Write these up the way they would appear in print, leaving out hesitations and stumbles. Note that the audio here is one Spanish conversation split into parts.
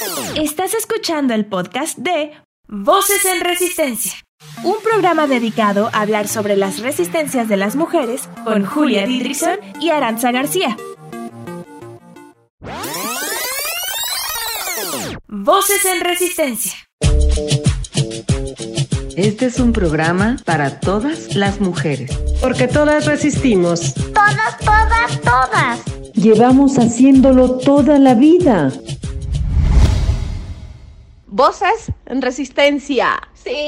Estás escuchando el podcast de Voces en Resistencia, un programa dedicado a hablar sobre las resistencias de las mujeres con Julia Didrikson y Arantxa García. Voces en Resistencia. Este es un programa para todas las mujeres. Porque todas resistimos. Todas, todas, todas. Llevamos haciéndolo toda la vida. Voces en Resistencia. Sí.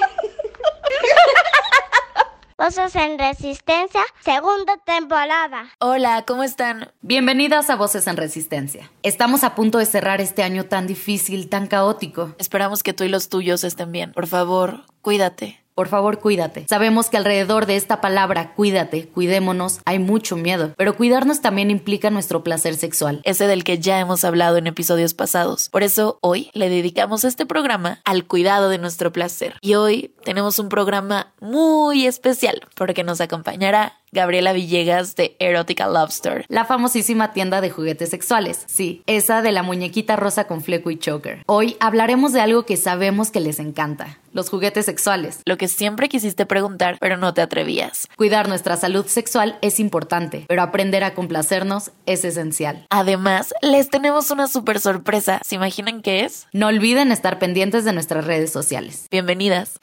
Voces en Resistencia, segunda temporada. Hola, ¿cómo están? Bienvenidas a Voces en Resistencia. Estamos a punto de cerrar este año tan difícil, tan caótico. Esperamos que tú y los tuyos estén bien. Por favor, cuídate. Por favor, cuídate. Sabemos que alrededor de esta palabra, cuídate, cuidémonos, hay mucho miedo. Pero cuidarnos también implica nuestro placer sexual. Ese del que ya hemos hablado en episodios pasados. Por eso, hoy le dedicamos este programa al cuidado de nuestro placer. Y hoy tenemos un programa muy especial porque nos acompañará Gabriela Villegas de Erotica Love Store, la famosísima tienda de juguetes sexuales. Sí, esa de la muñequita rosa con fleco y choker. Hoy hablaremos de algo que sabemos que les encanta: los juguetes sexuales. Lo que siempre quisiste preguntar, pero no te atrevías. Cuidar nuestra salud sexual es importante, pero aprender a complacernos es esencial. Además, les tenemos una súper sorpresa. ¿Se imaginan qué es? No olviden estar pendientes de nuestras redes sociales. Bienvenidas.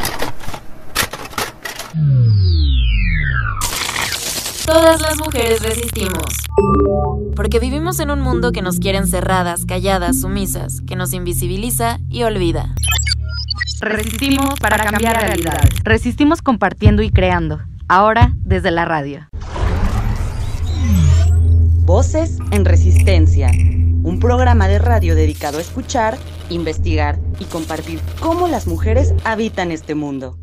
Todas las mujeres resistimos. Porque vivimos en un mundo que nos quiere encerradas, calladas, sumisas, que nos invisibiliza y olvida. Resistimos para cambiar realidades. Resistimos compartiendo y creando. Ahora, desde la radio. Voces en Resistencia, un programa de radio dedicado a escuchar, investigar y compartir cómo las mujeres habitan este mundo.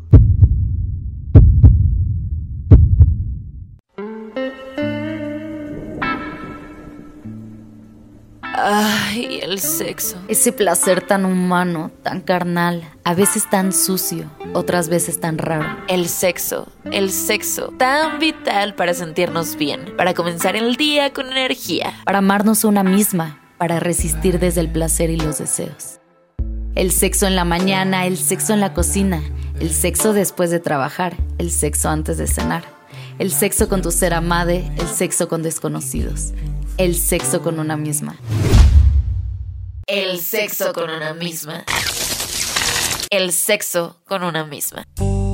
Ay, el sexo. Ese placer tan humano, tan carnal, a veces tan sucio, otras veces tan raro. El sexo, tan vital para sentirnos bien, para comenzar el día con energía. Para amarnos una misma, para resistir desde el placer y los deseos. El sexo en la mañana, el sexo en la cocina, el sexo después de trabajar, el sexo antes de cenar. El sexo con tu ser amade, el sexo con desconocidos. El sexo con una misma. El sexo con una misma. El sexo con una misma.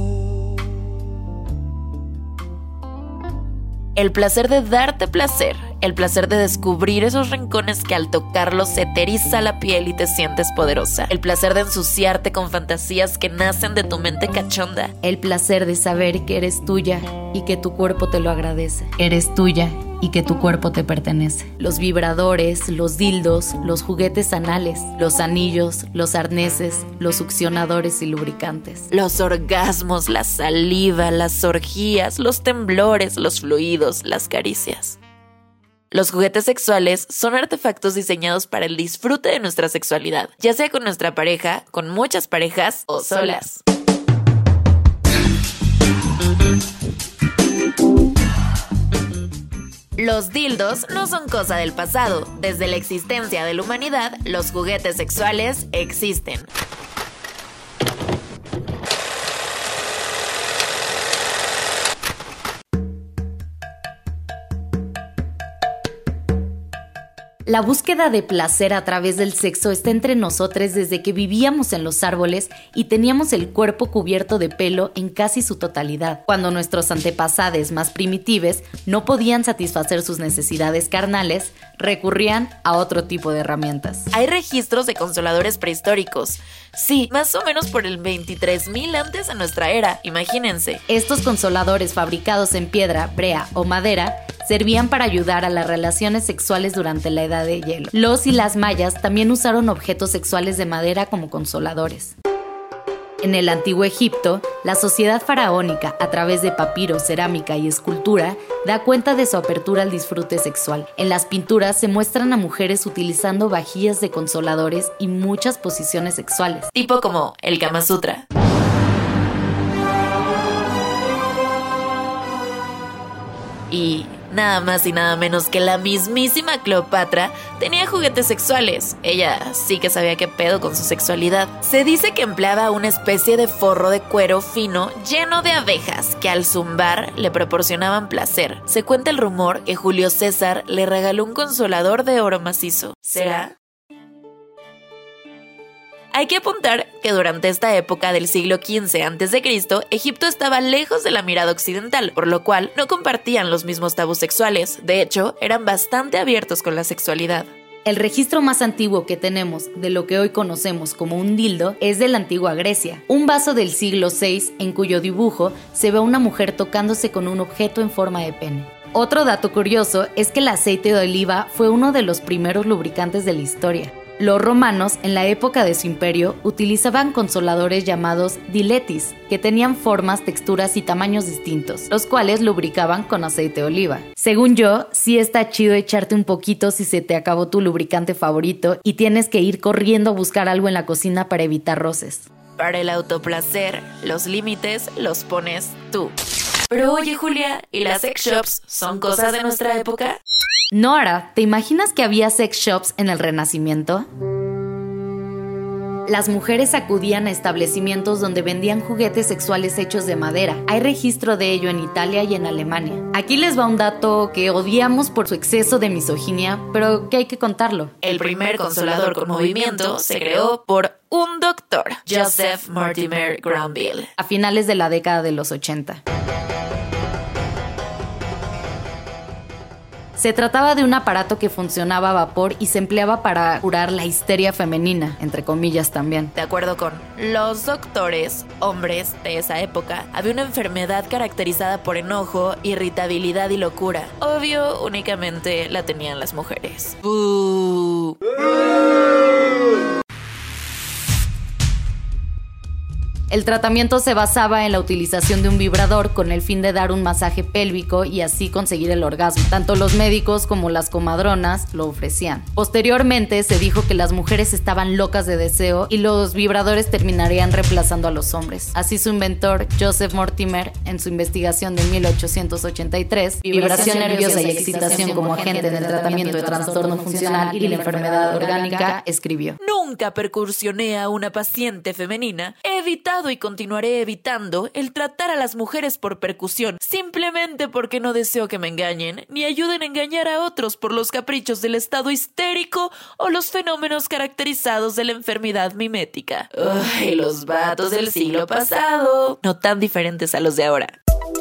El placer de darte placer. El placer de descubrir esos rincones que al tocarlos se te eriza la piel y te sientes poderosa. El placer de ensuciarte con fantasías que nacen de tu mente cachonda. El placer de saber que eres tuya y que tu cuerpo te lo agradece. Eres tuya y que tu cuerpo te pertenece. Los vibradores, los dildos, los juguetes anales, los anillos, los arneses, los succionadores y lubricantes. Los orgasmos, la saliva, las orgías, los temblores, los fluidos, las caricias. Los juguetes sexuales son artefactos diseñados para el disfrute de nuestra sexualidad, ya sea con nuestra pareja, con muchas parejas o solas. Los dildos no son cosa del pasado. Desde la existencia de la humanidad, los juguetes sexuales existen. La búsqueda de placer a través del sexo está entre nosotros desde que vivíamos en los árboles y teníamos el cuerpo cubierto de pelo en casi su totalidad. Cuando nuestros antepasados más primitivos no podían satisfacer sus necesidades carnales, recurrían a otro tipo de herramientas. Hay registros de consoladores prehistóricos. Sí, más o menos por el 23,000 antes de nuestra era, imagínense. Estos consoladores fabricados en piedra, brea o madera servían para ayudar a las relaciones sexuales durante la edad de hielo. Los y las mayas también usaron objetos sexuales de madera como consoladores. En el antiguo Egipto, la sociedad faraónica, a través de papiros, cerámica y escultura, da cuenta de su apertura al disfrute sexual. En las pinturas se muestran a mujeres utilizando vajillas de consoladores y muchas posiciones sexuales. Tipo como el Kama Sutra. Y Nada más y nada menos que la mismísima Cleopatra tenía juguetes sexuales. Ella sí que sabía qué pedo con su sexualidad. Se dice que empleaba una especie de forro de cuero fino lleno de abejas que al zumbar le proporcionaban placer. Se cuenta el rumor que Julio César le regaló un consolador de oro macizo. ¿Será? Hay que apuntar que durante esta época del siglo XV a.C., Egipto estaba lejos de la mirada occidental, por lo cual no compartían los mismos tabús sexuales. De hecho, eran bastante abiertos con la sexualidad. El registro más antiguo que tenemos de lo que hoy conocemos como un dildo es de la antigua Grecia, un vaso del siglo VI en cuyo dibujo se ve a una mujer tocándose con un objeto en forma de pene. Otro dato curioso es que el aceite de oliva fue uno de los primeros lubricantes de la historia. Los romanos, en la época de su imperio, utilizaban consoladores llamados diletis, que tenían formas, texturas y tamaños distintos, los cuales lubricaban con aceite de oliva. Según yo, sí está chido echarte un poquito si se te acabó tu lubricante favorito y tienes que ir corriendo a buscar algo en la cocina para evitar roces. Para el autoplacer, los límites los pones tú. Pero oye, Julia, ¿y las sex shops son cosas de nuestra época? Nora, ¿te imaginas que había sex shops en el Renacimiento? Las mujeres acudían a establecimientos donde vendían juguetes sexuales hechos de madera. Hay registro de ello en Italia y en Alemania. Aquí les va un dato que odiamos por su exceso de misoginia, pero que hay que contarlo. El primer consolador con movimiento se creó por un doctor, Joseph Mortimer Granville, a finales de la década de los 80. Se trataba de un aparato que funcionaba a vapor y se empleaba para curar la histeria femenina, entre comillas también. De acuerdo con los doctores, hombres de esa época, había una enfermedad caracterizada por enojo, irritabilidad y locura. Obvio, únicamente la tenían las mujeres. ¡Bú! El tratamiento se basaba en la utilización de un vibrador con el fin de dar un masaje pélvico y así conseguir el orgasmo. Tanto los médicos como las comadronas lo ofrecían. Posteriormente se dijo que las mujeres estaban locas de deseo y los vibradores terminarían reemplazando a los hombres. Así su inventor, Joseph Mortimer, en su investigación de 1883, Vibración nerviosa y excitación como agente en el tratamiento de trastorno funcional y la enfermedad orgánica, escribió: Nunca percursioné a una paciente femenina, he evitado y continuaré evitando el tratar a las mujeres por percusión, simplemente porque no deseo que me engañen, ni ayuden a engañar a otros por los caprichos del estado histérico o los fenómenos caracterizados de la enfermedad mimética. ¡Ay, los vatos del siglo pasado! No tan diferentes a los de ahora.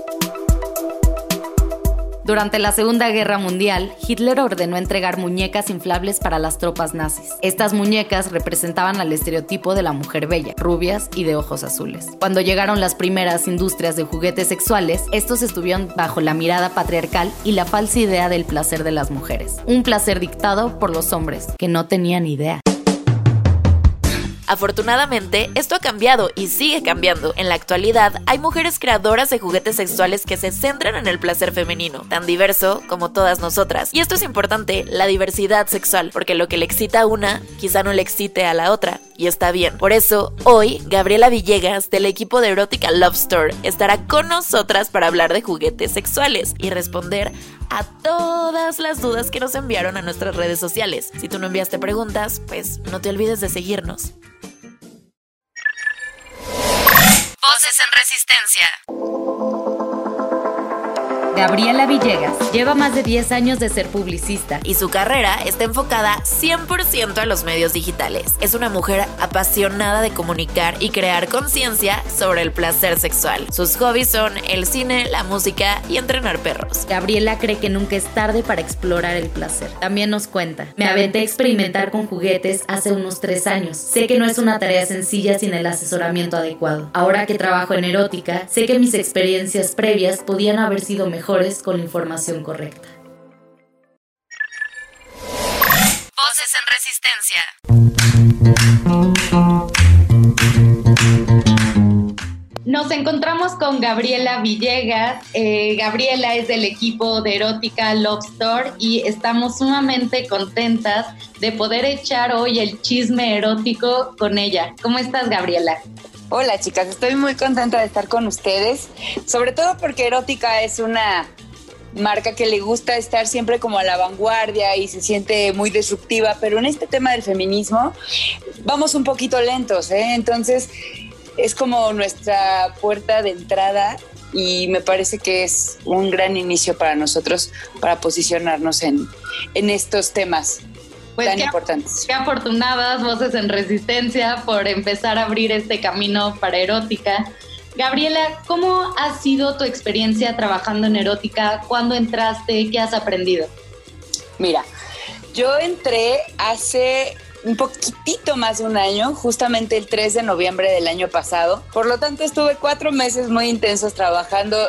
Durante la Segunda Guerra Mundial, Hitler ordenó entregar muñecas inflables para las tropas nazis. Estas muñecas representaban al estereotipo de la mujer bella, rubias y de ojos azules. Cuando llegaron las primeras industrias de juguetes sexuales, estos estuvieron bajo la mirada patriarcal y la falsa idea del placer de las mujeres. Un placer dictado por los hombres, que no tenían idea. Afortunadamente, esto ha cambiado y sigue cambiando. En la actualidad, hay mujeres creadoras de juguetes sexuales que se centran en el placer femenino, tan diverso como todas nosotras. Y esto es importante, la diversidad sexual, porque lo que le excita a una, quizá no le excite a la otra, y está bien. Por eso, hoy, Gabriela Villegas, del equipo de Erotica Love Store, estará con nosotras para hablar de juguetes sexuales y responder a todas las dudas que nos enviaron a nuestras redes sociales. Si tú no enviaste preguntas, pues no te olvides de seguirnos. Voces en Resistencia. Gabriela Villegas lleva más de 10 años de ser publicista y su carrera está enfocada 100% a los medios digitales. Es una mujer apasionada de comunicar y crear conciencia sobre el placer sexual. Sus hobbies son el cine, la música y entrenar perros. Gabriela cree que nunca es tarde para explorar el placer. También nos cuenta: me aventé a experimentar con juguetes hace unos 3 años. Sé que no es una tarea sencilla sin el asesoramiento adecuado. Ahora que trabajo en erótica, sé que mis experiencias previas podían haber sido mejores con la información correcta. Voces en Resistencia. Nos encontramos con Gabriela Villegas. Gabriela es del equipo de Erotica Love Store y estamos sumamente contentas de poder echar hoy el chisme erótico con ella. ¿Cómo estás, Gabriela? Hola, chicas, estoy muy contenta de estar con ustedes, sobre todo porque Erótica es una marca que le gusta estar siempre como a la vanguardia y se siente muy disruptiva, pero en este tema del feminismo vamos un poquito lentos, ¿eh? Entonces es como nuestra puerta de entrada y me parece que es un gran inicio para nosotros para posicionarnos en estos temas tan importantes. Qué afortunadas Voces en Resistencia por empezar a abrir este camino para Erótica. Gabriela, ¿cómo ha sido tu experiencia trabajando en Erótica? ¿Cuándo entraste? ¿Qué has aprendido? Mira, yo entré hace un poquitito más de un año, justamente el 3 de noviembre del año pasado. Por lo tanto, estuve 4 meses muy intensos trabajando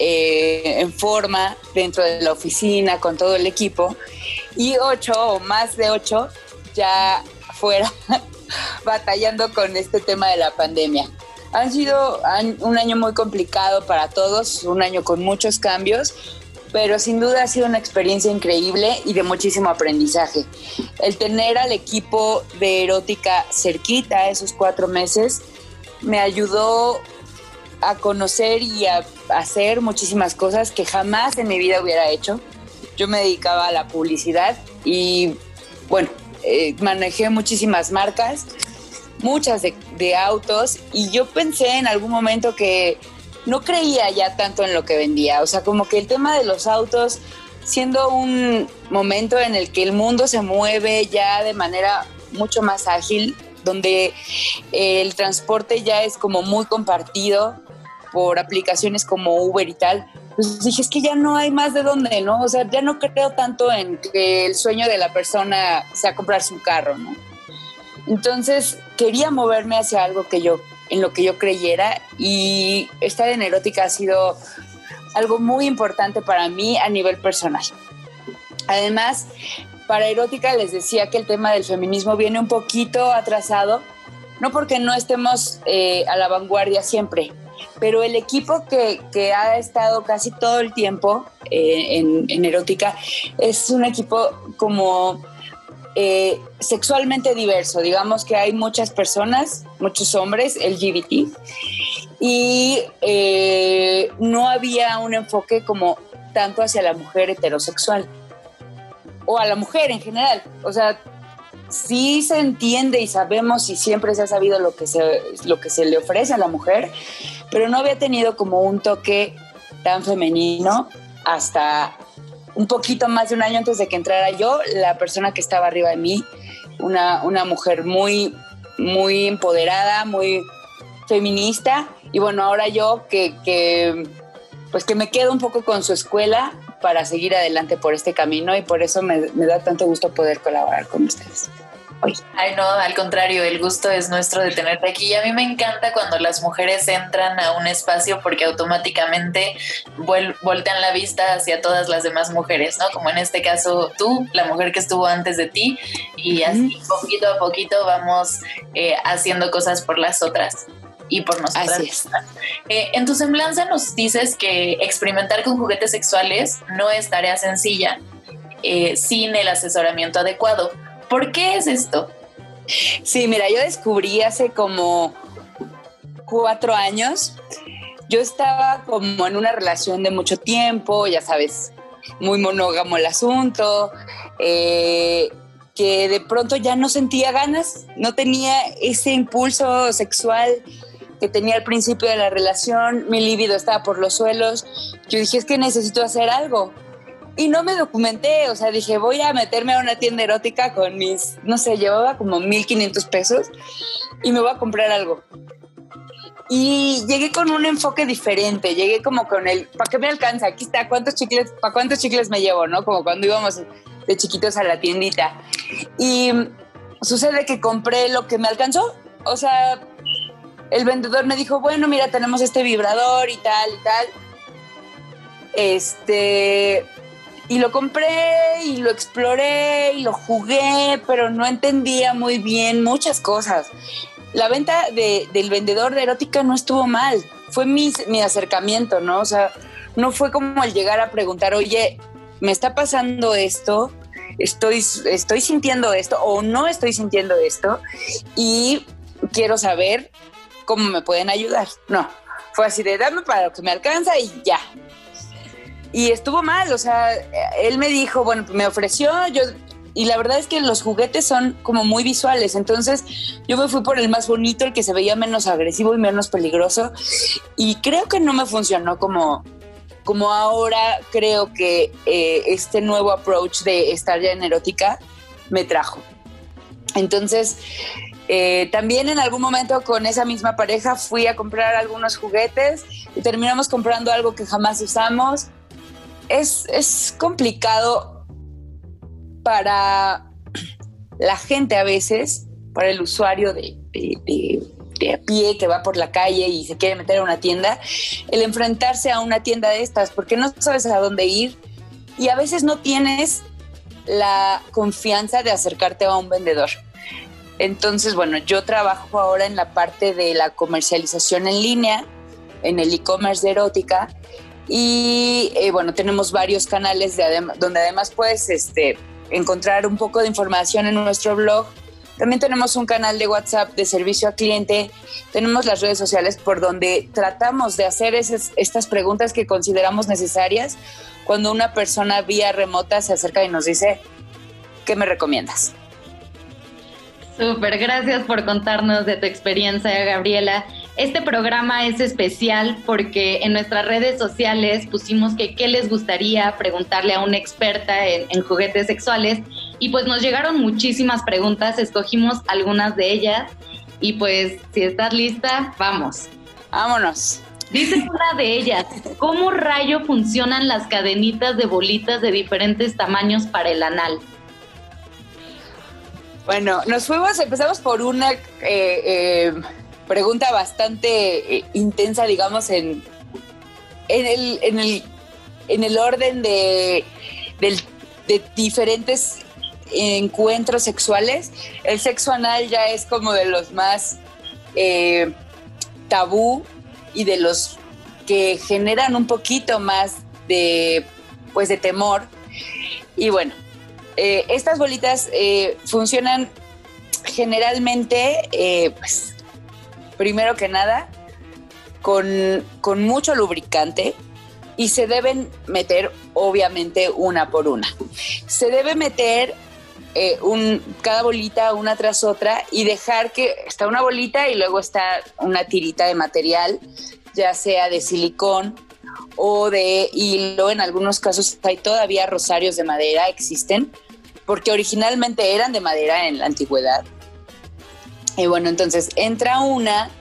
en forma dentro de la oficina con todo el equipo y 8 o más de 8 ya fuera batallando con este tema de la pandemia. Han sido un año muy complicado para todos, un año con muchos cambios, pero sin duda ha sido una experiencia increíble y de muchísimo aprendizaje. El tener al equipo de Erótica cerquita esos 4 meses me ayudó a conocer y a hacer muchísimas cosas que jamás en mi vida hubiera hecho. Yo me dedicaba a la publicidad y, bueno, manejé muchísimas marcas, muchas de autos, y yo pensé en algún momento que no creía ya tanto en lo que vendía. O sea, como que el tema de los autos, siendo un momento en el que el mundo se mueve ya de manera mucho más ágil, donde el transporte ya es como muy compartido por aplicaciones como Uber y tal, pues dije, es que ya no hay más de dónde, ¿no? O sea, ya no creo tanto en que el sueño de la persona sea comprarse un carro, ¿no? Entonces quería moverme hacia algo en lo que yo creyera, y estar en Erótica ha sido algo muy importante para mí a nivel personal. Además, para Erótica les decía que el tema del feminismo viene un poquito atrasado, no porque no estemos a la vanguardia siempre, pero el equipo que ha estado casi todo el tiempo en Erótica es un equipo como sexualmente diverso. Digamos que hay muchas personas, muchos hombres LGBT, y no había un enfoque como tanto hacia la mujer heterosexual o a la mujer en general. O sea, sí se entiende y sabemos y siempre se ha sabido lo que se le ofrece a la mujer, pero no había tenido como un toque tan femenino hasta un poquito más de un año antes de que entrara yo, la persona que estaba arriba de mí, una mujer muy, muy empoderada, muy feminista. Y bueno, ahora yo que me quedo un poco con su escuela para seguir adelante por este camino, y por eso me da tanto gusto poder colaborar con ustedes hoy. Ay, no, al contrario, el gusto es nuestro de tenerte aquí. Y a mí me encanta cuando las mujeres entran a un espacio, porque automáticamente voltean la vista hacia todas las demás mujeres, ¿no? Como en este caso tú, la mujer que estuvo antes de ti, y así poquito a poquito vamos haciendo cosas por las otras y por nosotras. Así es. En tu semblanza nos dices que experimentar con juguetes sexuales no es tarea sencilla sin el asesoramiento adecuado. ¿Por qué es esto? Sí, mira, yo descubrí hace como 4 años. Yo estaba como en una relación de mucho tiempo, ya sabes, muy monógamo el asunto, que de pronto ya no sentía ganas, no tenía ese impulso sexual que tenía al principio de la relación, mi libido estaba por los suelos. Yo dije, es que necesito hacer algo. Y no me documenté, o sea, dije, voy a meterme a una tienda erótica con mis, no sé, llevaba como 1,500 pesos y me voy a comprar algo. Y llegué con un enfoque diferente, llegué como con el, ¿para qué me alcanza? Aquí está, ¿para cuántos chicles me llevo, no? Como cuando íbamos de chiquitos a la tiendita. Y sucede que compré lo que me alcanzó, o sea, el vendedor me dijo, bueno, mira, tenemos este vibrador y tal y tal. Y lo compré y lo exploré y lo jugué, pero no entendía muy bien muchas cosas. La venta del vendedor de Erótica no estuvo mal, fue mi acercamiento, ¿no? O sea, no fue como el llegar a preguntar, oye, ¿me está pasando esto? ¿Estoy sintiendo esto o no estoy sintiendo esto? Y quiero saber cómo me pueden ayudar. No, fue así de dame para lo que me alcanza y ya. y estuvo mal, o sea, él me dijo, bueno, me ofreció, y la verdad es que los juguetes son como muy visuales, entonces yo me fui por el más bonito, el que se veía menos agresivo y menos peligroso, y creo que no me funcionó como ahora creo que este nuevo approach de estar ya en erótica me trajo. Entonces, también en algún momento con esa misma pareja fui a comprar algunos juguetes y terminamos comprando algo que jamás usamos. Es complicado para la gente a veces, para el usuario de a pie que va por la calle y se quiere meter a una tienda, el enfrentarse a una tienda de estas, porque no sabes a dónde ir y a veces no tienes la confianza de acercarte a un vendedor. Entonces, bueno, yo trabajo ahora en la parte de la comercialización en línea, en el e-commerce de erótica, y bueno, tenemos varios canales donde además puedes encontrar un poco de información en nuestro blog. También tenemos un canal de WhatsApp de servicio al cliente, tenemos las redes sociales por donde tratamos de hacer estas preguntas que consideramos necesarias cuando una persona vía remota se acerca y nos dice, ¿qué me recomiendas? Súper, gracias por contarnos de tu experiencia, Gabriela. Este programa es especial porque en nuestras redes sociales pusimos que qué les gustaría preguntarle a una experta en juguetes sexuales y pues nos llegaron muchísimas preguntas, escogimos algunas de ellas y pues si estás lista, vamos. Vámonos. Dice una de ellas, ¿cómo rayo funcionan las cadenitas de bolitas de diferentes tamaños para el anal? Bueno, empezamos por una pregunta bastante intensa, digamos, en el orden de diferentes encuentros sexuales. El sexo anal ya es como de los más tabú y de los que generan un poquito más de temor. Y bueno, estas bolitas funcionan generalmente, pues, primero que nada, con mucho lubricante y se deben meter, obviamente, una por una. Se debe meter cada bolita una tras otra y dejar que está una bolita y luego está una tirita de material, ya sea de silicón o de hilo. En algunos casos hay todavía rosarios de madera, existen, porque originalmente eran de madera en la antigüedad. Y bueno, entonces entra una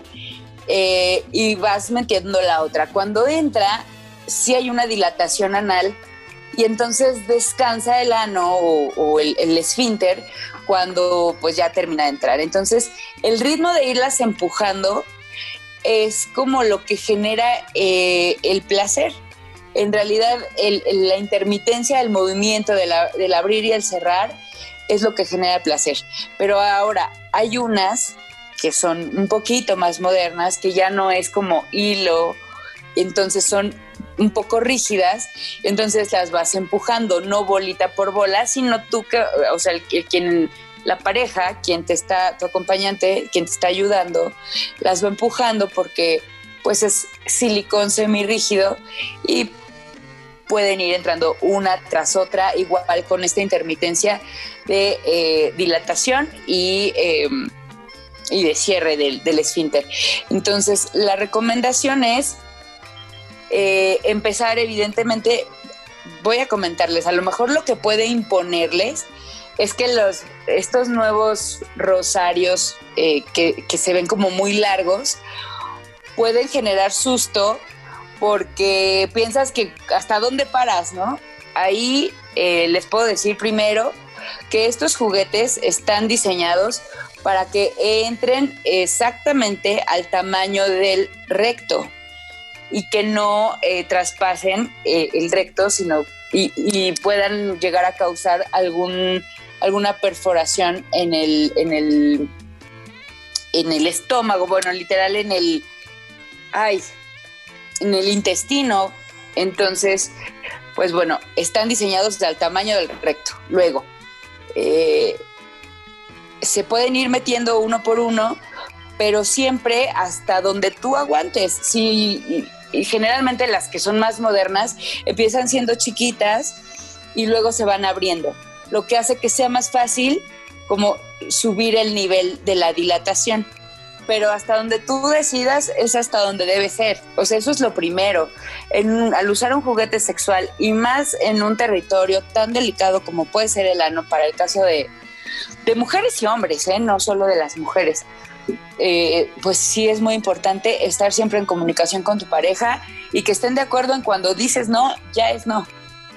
y vas metiendo la otra. Cuando entra, sí hay una dilatación anal y entonces descansa el ano o el esfínter cuando pues ya termina de entrar. Entonces el ritmo de irlas empujando es como lo que genera el placer. En realidad la intermitencia del movimiento del abrir y el cerrar es lo que genera placer. Pero ahora hay unas que son un poquito más modernas, que ya no es como hilo, entonces son un poco rígidas, entonces las vas empujando, no bolita por bola, sino tú, o sea, la pareja, tu acompañante, quien te está ayudando, las va empujando porque pues es silicón semirrígido y pueden ir entrando una tras otra, igual con esta intermitencia de dilatación y de cierre del esfínter. Entonces, la recomendación es empezar, evidentemente, voy a comentarles, a lo mejor lo que puede imponerles es que estos nuevos rosarios que se ven como muy largos pueden generar susto porque piensas que hasta dónde paras, ¿no? Ahí les puedo decir primero que estos juguetes están diseñados para que entren exactamente al tamaño del recto y que no traspasen el recto, sino y puedan llegar a causar alguna perforación en el estómago, bueno, literal en el intestino. Entonces, pues bueno, están diseñados al tamaño del recto. Luego, se pueden ir metiendo uno por uno, pero siempre hasta donde tú aguantes. Si y generalmente las que son más modernas empiezan siendo chiquitas y luego se van abriendo, lo que hace que sea más fácil como subir el nivel de la dilatación. Pero hasta donde tú decidas es hasta donde debe ser. O sea, eso es lo primero. Al usar un juguete sexual y más en un territorio tan delicado como puede ser el ano, para el caso de mujeres y hombres, no solo de las mujeres, pues sí es muy importante estar siempre en comunicación con tu pareja y que estén de acuerdo en cuando dices no, ya es no.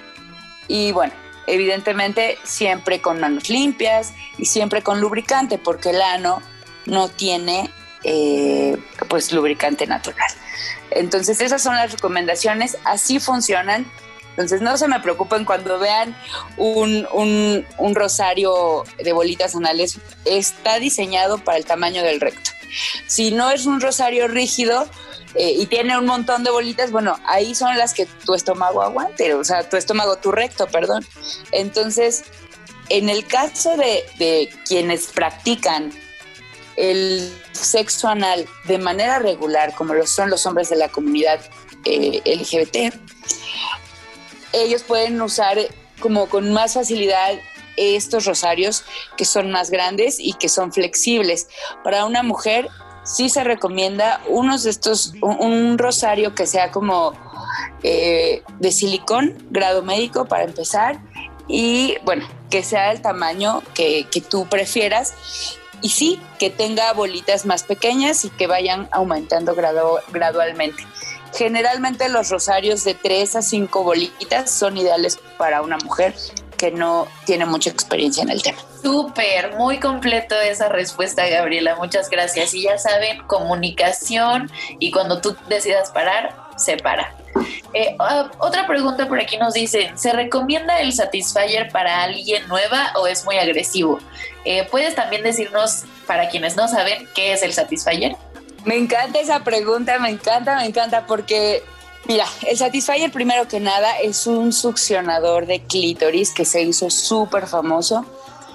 Y bueno, evidentemente siempre con manos limpias y siempre con lubricante, porque el ano no tiene pues lubricante natural. Entonces esas son las recomendaciones, así funcionan. Entonces no se me preocupen cuando vean un rosario de bolitas anales, está diseñado para el tamaño del recto. Si no es un rosario rígido y tiene un montón de bolitas, bueno, ahí son las que tu estómago aguante, o sea, tu recto, perdón. Entonces, en el caso de quienes practican el sexo anal de manera regular, como lo son los hombres de la comunidad LGBT, ellos pueden usar como con más facilidad estos rosarios que son más grandes y que son flexibles. Para una mujer sí se recomienda unos de estos, un rosario que sea como de silicón, grado médico para empezar, y bueno, que sea el tamaño que tú prefieras. Y sí, que tenga bolitas más pequeñas y que vayan aumentando gradualmente. Generalmente los rosarios de 3 a 5 bolitas son ideales para una mujer que no tiene mucha experiencia en el tema. Súper, muy completo esa respuesta, Gabriela. Muchas gracias. Y ya saben, comunicación, y cuando tú decidas parar, se para. Otra pregunta por aquí nos dicen, ¿se recomienda el Satisfyer para alguien nueva o es muy agresivo? ¿Puedes también decirnos, para quienes no saben, qué es el Satisfyer? Me encanta esa pregunta, me encanta porque, mira, el Satisfyer primero que nada es un succionador de clítoris que se hizo súper famoso.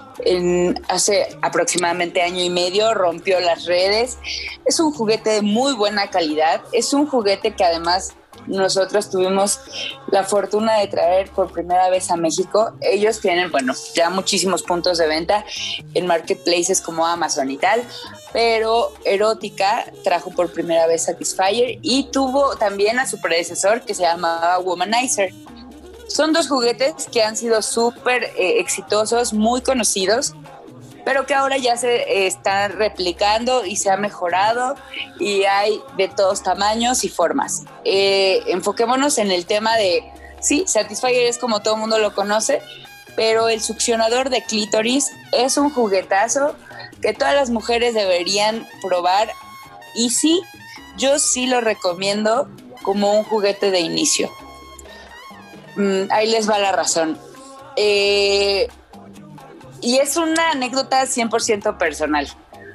Hace aproximadamente año y medio rompió las redes. Es un juguete de muy buena calidad, es un juguete que además nosotros tuvimos la fortuna de traer por primera vez a México. Ellos tienen, bueno, ya muchísimos puntos de venta en marketplaces como Amazon y tal, pero Erótica trajo por primera vez Satisfyer y tuvo también a su predecesor que se llamaba Womanizer. Son dos juguetes que han sido súper exitosos, muy conocidos, pero que ahora ya se están replicando y se ha mejorado y hay de todos tamaños y formas. Enfoquémonos en el tema de, sí, Satisfyer es como todo el mundo lo conoce, pero el succionador de clítoris es un juguetazo que todas las mujeres deberían probar y sí, yo sí lo recomiendo como un juguete de inicio. Ahí les va la razón. Y es una anécdota 100% personal.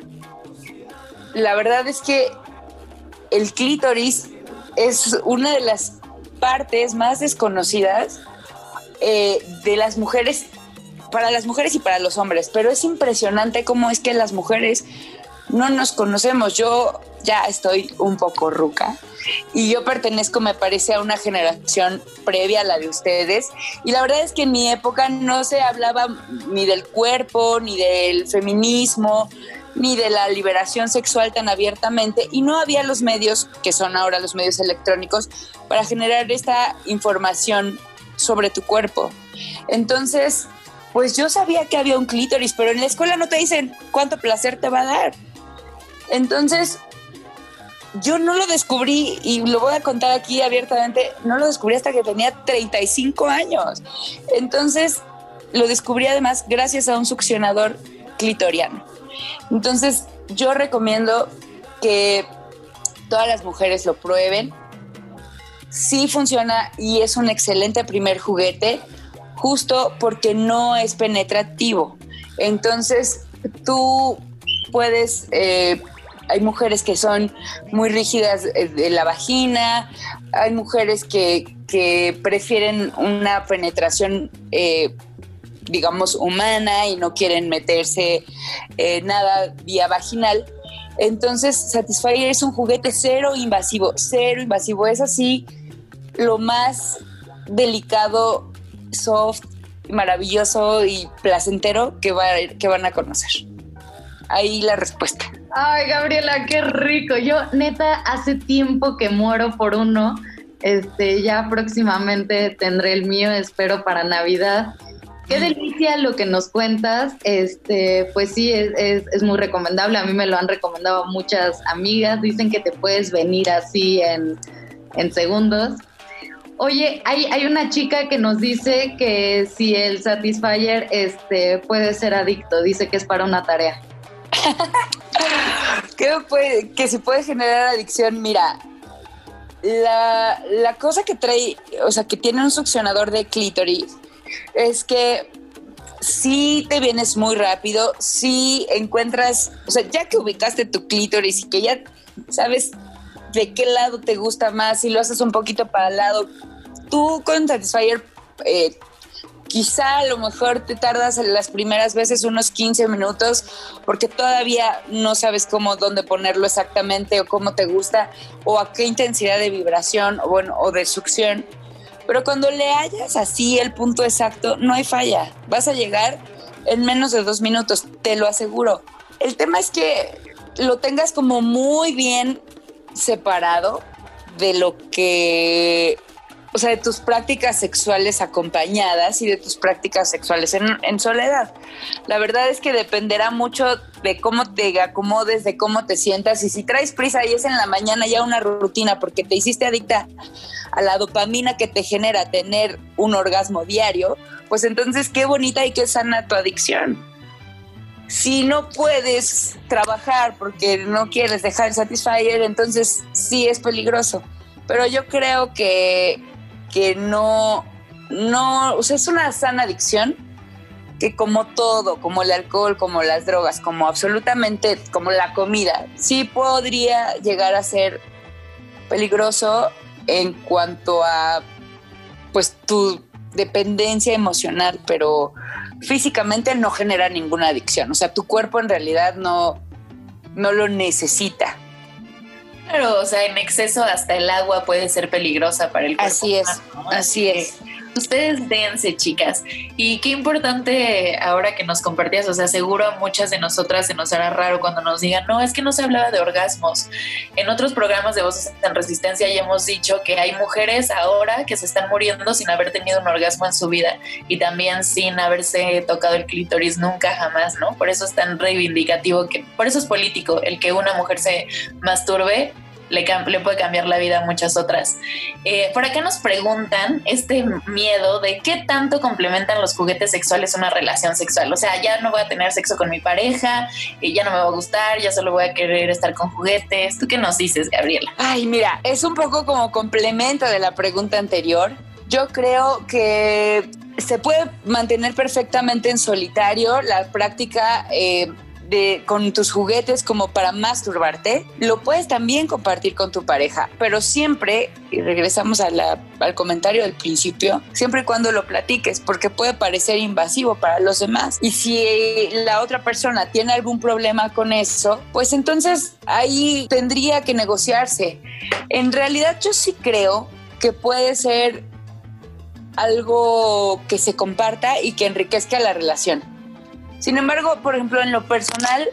La verdad es que el clítoris es una de las partes más desconocidas de las mujeres, para las mujeres y para los hombres, pero es impresionante cómo es que las mujeres no nos conocemos. Yo ya estoy un poco ruca y yo pertenezco, me parece, a una generación previa a la de ustedes, y la verdad es que en mi época no se hablaba ni del cuerpo, ni del feminismo, ni de la liberación sexual tan abiertamente, y no había los medios que son ahora los medios electrónicos para generar esta información sobre tu cuerpo. Entonces, pues yo sabía que había un clítoris, pero en la escuela no te dicen cuánto placer te va a dar. Entonces, yo no lo descubrí, y lo voy a contar aquí abiertamente, no lo descubrí hasta que tenía 35 años. Entonces, lo descubrí además gracias a un succionador clitoriano. Entonces, yo recomiendo que todas las mujeres lo prueben. Sí funciona y es un excelente primer juguete, justo porque no es penetrativo. Entonces, tú puedes... hay mujeres que son muy rígidas de la vagina, hay mujeres que prefieren una penetración, digamos, humana y no quieren meterse nada vía vaginal. Entonces, Satisfyer es un juguete cero invasivo. Es así lo más delicado, soft, maravilloso y placentero que van a conocer. Ahí la respuesta. Ay, Gabriela, qué rico. Yo, neta, hace tiempo que muero por uno. Ya próximamente tendré el mío, espero para Navidad. Qué delicia lo que nos cuentas. Pues sí, es muy recomendable. A mí me lo han recomendado muchas amigas. Dicen que te puedes venir así en segundos. Oye, hay una chica que nos dice que si el Satisfyer puede ser adicto. Dice que es para una tarea. Que si puede generar adicción, mira. La cosa que trae, o sea, que tiene un succionador de clítoris, es que sí te vienes muy rápido, sí encuentras, o sea, ya que ubicaste tu clítoris y que ya sabes de qué lado te gusta más y lo haces un poquito para el lado, tú con Satisfyer quizá a lo mejor te tardas en las primeras veces unos 15 minutos porque todavía no sabes dónde ponerlo exactamente o cómo te gusta o a qué intensidad de vibración o de succión. Pero cuando le hallas así el punto exacto, no hay falla. Vas a llegar en menos de 2 minutos, te lo aseguro. El tema es que lo tengas como muy bien separado de lo que... O sea, de tus prácticas sexuales acompañadas y de tus prácticas sexuales en soledad. La verdad es que dependerá mucho de cómo te acomodes, de cómo te sientas. Y si traes prisa y es en la mañana ya una rutina porque te hiciste adicta a la dopamina que te genera tener un orgasmo diario, pues entonces qué bonita y qué sana tu adicción. Si no puedes trabajar porque no quieres dejar el Satisfyer, entonces sí es peligroso. Pero yo creo que no, o sea, es una sana adicción que como todo, como el alcohol, como las drogas, como absolutamente, como la comida, sí podría llegar a ser peligroso en cuanto a, pues, tu dependencia emocional, pero físicamente no genera ninguna adicción. O sea, tu cuerpo en realidad no lo necesita. Claro, o sea, en exceso hasta el agua puede ser peligrosa para el cuerpo. Así es, ¿no? así es. Ustedes dense, chicas. Y qué importante ahora que nos compartías, o sea, seguro a muchas de nosotras se nos hará raro cuando nos digan, no, es que no se hablaba de orgasmos. En otros programas de Voces en Resistencia ya hemos dicho que hay mujeres ahora que se están muriendo sin haber tenido un orgasmo en su vida y también sin haberse tocado el clítoris nunca jamás, ¿no? Por eso es tan reivindicativo, por eso es político el que una mujer se masturbe. Le puede cambiar la vida a muchas otras. Por acá nos preguntan este miedo de qué tanto complementan los juguetes sexuales una relación sexual. O sea, ya no voy a tener sexo con mi pareja, ya no me va a gustar, ya solo voy a querer estar con juguetes. ¿Tú qué nos dices, Gabriela? Ay, mira, es un poco como complemento de la pregunta anterior. Yo creo que se puede mantener perfectamente en solitario la práctica con tus juguetes como para masturbarte. Lo puedes también compartir con tu pareja, pero siempre, y regresamos al comentario del principio, siempre y cuando lo platiques, porque puede parecer invasivo para los demás. Y si la otra persona tiene algún problema con eso, pues entonces ahí tendría que negociarse. En realidad yo sí creo que puede ser algo que se comparta y que enriquezca la relación. Sin embargo, por ejemplo, en lo personal,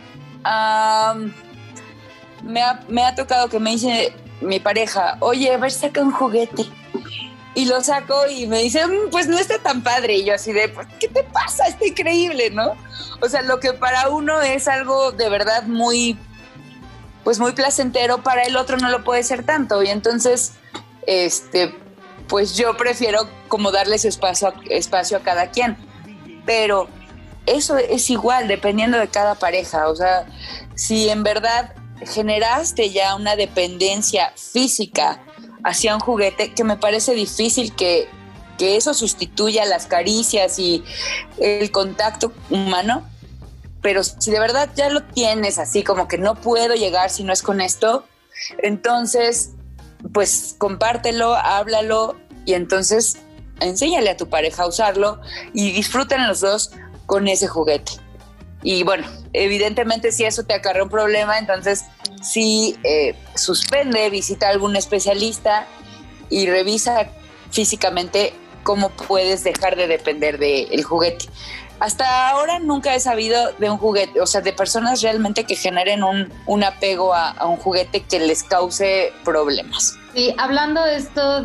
me ha tocado que me dice mi pareja, oye, a ver, saca un juguete. Y lo saco y me dice, pues no está tan padre. Y yo así de, pues, ¿qué te pasa? Está increíble, ¿no? O sea, lo que para uno es algo de verdad muy, pues muy placentero, para el otro no lo puede ser tanto. Y entonces, pues yo prefiero como darle su espacio a cada quien. Pero eso es igual dependiendo de cada pareja. O sea, si en verdad generaste ya una dependencia física hacia un juguete, que me parece difícil que eso sustituya las caricias y el contacto humano, pero si de verdad ya lo tienes así como que no puedo llegar si no es con esto, entonces pues compártelo, háblalo y entonces enséñale a tu pareja a usarlo y disfruten los dos con ese juguete. Y bueno, evidentemente si eso te acarrea un problema, entonces sí suspende, visita a algún especialista y revisa físicamente cómo puedes dejar de depender del juguete. Hasta ahora nunca he sabido de un juguete, o sea, de personas realmente que generen un apego a un juguete que les cause problemas. Sí, hablando de esto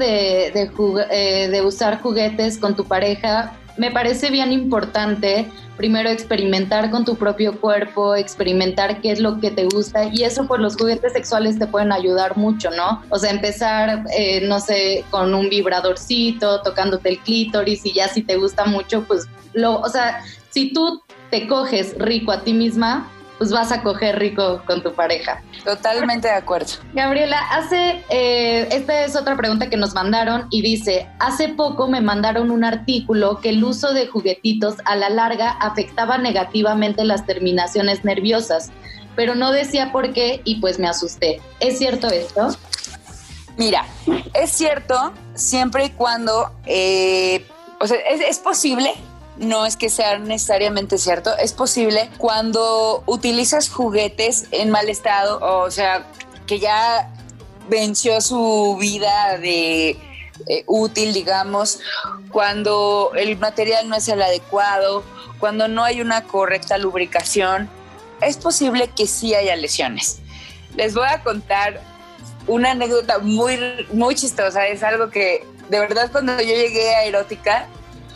de usar juguetes con tu pareja, me parece bien importante primero experimentar con tu propio cuerpo, experimentar qué es lo que te gusta, y eso pues los juguetes sexuales te pueden ayudar mucho, ¿no? O sea, empezar, no sé, con un vibradorcito, tocándote el clítoris, y ya si te gusta mucho, pues o sea, si tú te coges rico a ti misma, pues vas a coger rico con tu pareja. Totalmente de acuerdo. Gabriela, esta es otra pregunta que nos mandaron y dice, hace poco me mandaron un artículo que el uso de juguetitos a la larga afectaba negativamente las terminaciones nerviosas, pero no decía por qué y pues me asusté. ¿Es cierto esto? Mira, es cierto siempre y cuando, o sea, es posible. No es que sea necesariamente cierto, es posible cuando utilizas juguetes en mal estado, o sea, que ya venció su vida de útil, digamos, cuando el material no es el adecuado, cuando no hay una correcta lubricación, es posible que sí haya lesiones. Les voy a contar una anécdota muy, muy chistosa, es algo que de verdad cuando yo llegué a Erótica,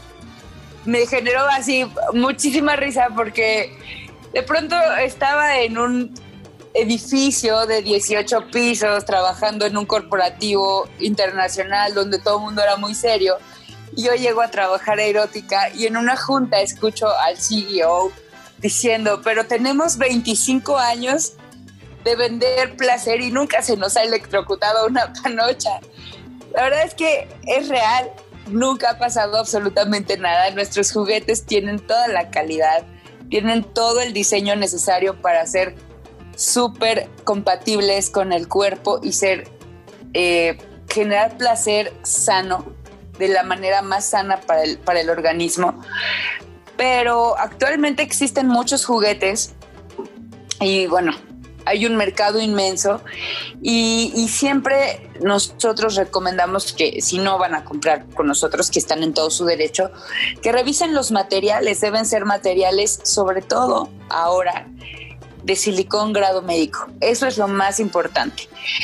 me generó así muchísima risa porque de pronto estaba en un edificio de 18 pisos trabajando en un corporativo internacional donde todo el mundo era muy serio, y yo llego a trabajar a Erótica y en una junta escucho al CEO diciendo, pero tenemos 25 años de vender placer y nunca se nos ha electrocutado una panocha. La verdad es que es real. Nunca ha pasado absolutamente nada. Nuestros juguetes tienen toda la calidad, tienen todo el diseño necesario para ser súper compatibles con el cuerpo y generar placer sano, de la manera más sana para el organismo. Pero actualmente existen muchos juguetes y bueno, hay un mercado inmenso y siempre nosotros recomendamos que si no van a comprar con nosotros, que están en todo su derecho, que revisen los materiales. Deben ser materiales, sobre todo ahora, de silicón grado médico. Eso es lo más importante.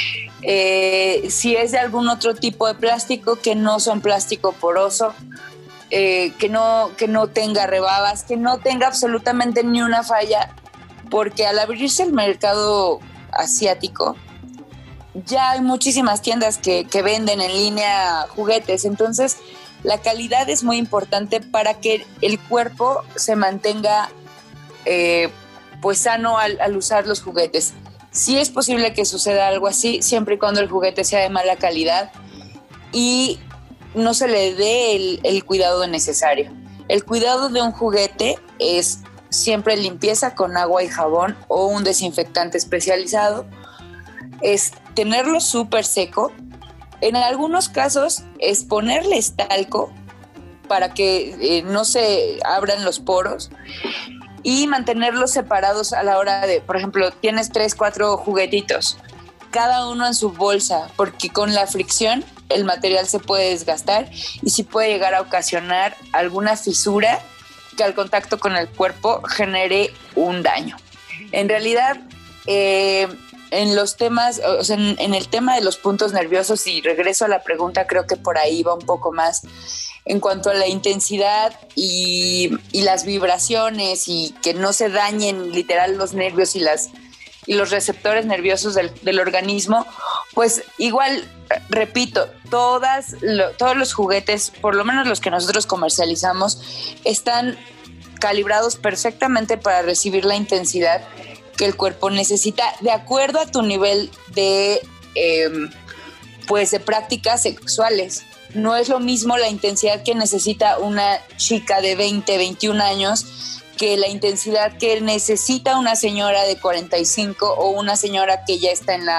Si es de algún otro tipo de plástico, que no son plástico poroso, que no tenga rebabas, que no tenga absolutamente ni una falla, porque al abrirse el mercado asiático ya hay muchísimas tiendas que venden en línea juguetes, entonces la calidad es muy importante para que el cuerpo se mantenga pues sano al usar los juguetes. Sí es posible que suceda algo así, siempre y cuando el juguete sea de mala calidad y no se le dé el cuidado necesario. El cuidado de un juguete es siempre limpieza con agua y jabón o un desinfectante especializado, es tenerlo súper seco. En algunos casos es ponerles talco para que no se abran los poros y mantenerlos separados a la hora de, por ejemplo, tienes 3-4 juguetitos, cada uno en su bolsa, porque con la fricción el material se puede desgastar y sí puede llegar a ocasionar alguna fisura que al contacto con el cuerpo genere un daño. En realidad, en los temas, o sea, en el tema de los puntos nerviosos, y regreso a la pregunta, creo que por ahí va un poco más en cuanto a la intensidad y las vibraciones y que no se dañen literal los nervios y los receptores nerviosos del organismo, pues igual, repito, todos los juguetes, por lo menos los que nosotros comercializamos, están calibrados perfectamente para recibir la intensidad que el cuerpo necesita de acuerdo a tu nivel de prácticas sexuales. No es lo mismo la intensidad que necesita una chica de 20, 21 años que la intensidad que necesita una señora de 45 o una señora que ya está en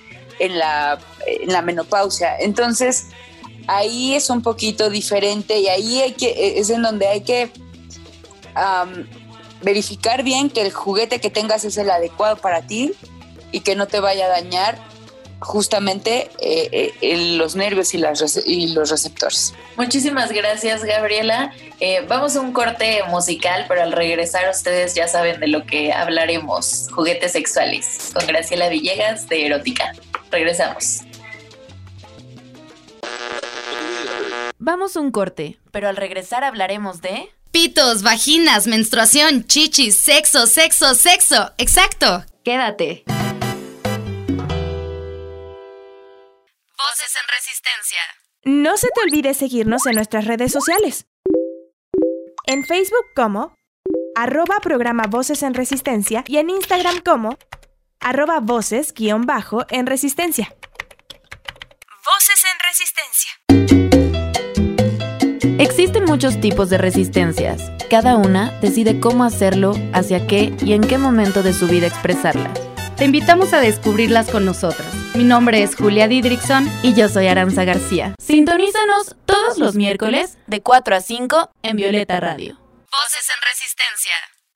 la menopausia. Entonces, ahí es un poquito diferente y ahí es en donde hay que verificar bien que el juguete que tengas es el adecuado para ti y que no te vaya a dañar justamente los nervios y los receptores. Muchísimas gracias, Gabriela. Vamos a un corte musical, pero al regresar ustedes ya saben de lo que hablaremos. Juguetes sexuales con Graciela Villegas de Erótica. Regresamos. Vamos a un corte, pero al regresar hablaremos de... Pitos, vaginas, menstruación, chichis, sexo, sexo, sexo. Exacto. Quédate. Voces en Resistencia. No se te olvide seguirnos en nuestras redes sociales. En Facebook como @programa Voces en Resistencia y en Instagram como @voces_en Resistencia. Voces en Resistencia. Existen muchos tipos de resistencias. Cada una decide cómo hacerlo, hacia qué y en qué momento de su vida expresarlas. Te invitamos a descubrirlas con nosotras. Mi nombre es Julia Didrickson y yo soy Aranza García. Sintonízanos todos los miércoles de 4 a 5 en Violeta Radio. Voces en Resistencia.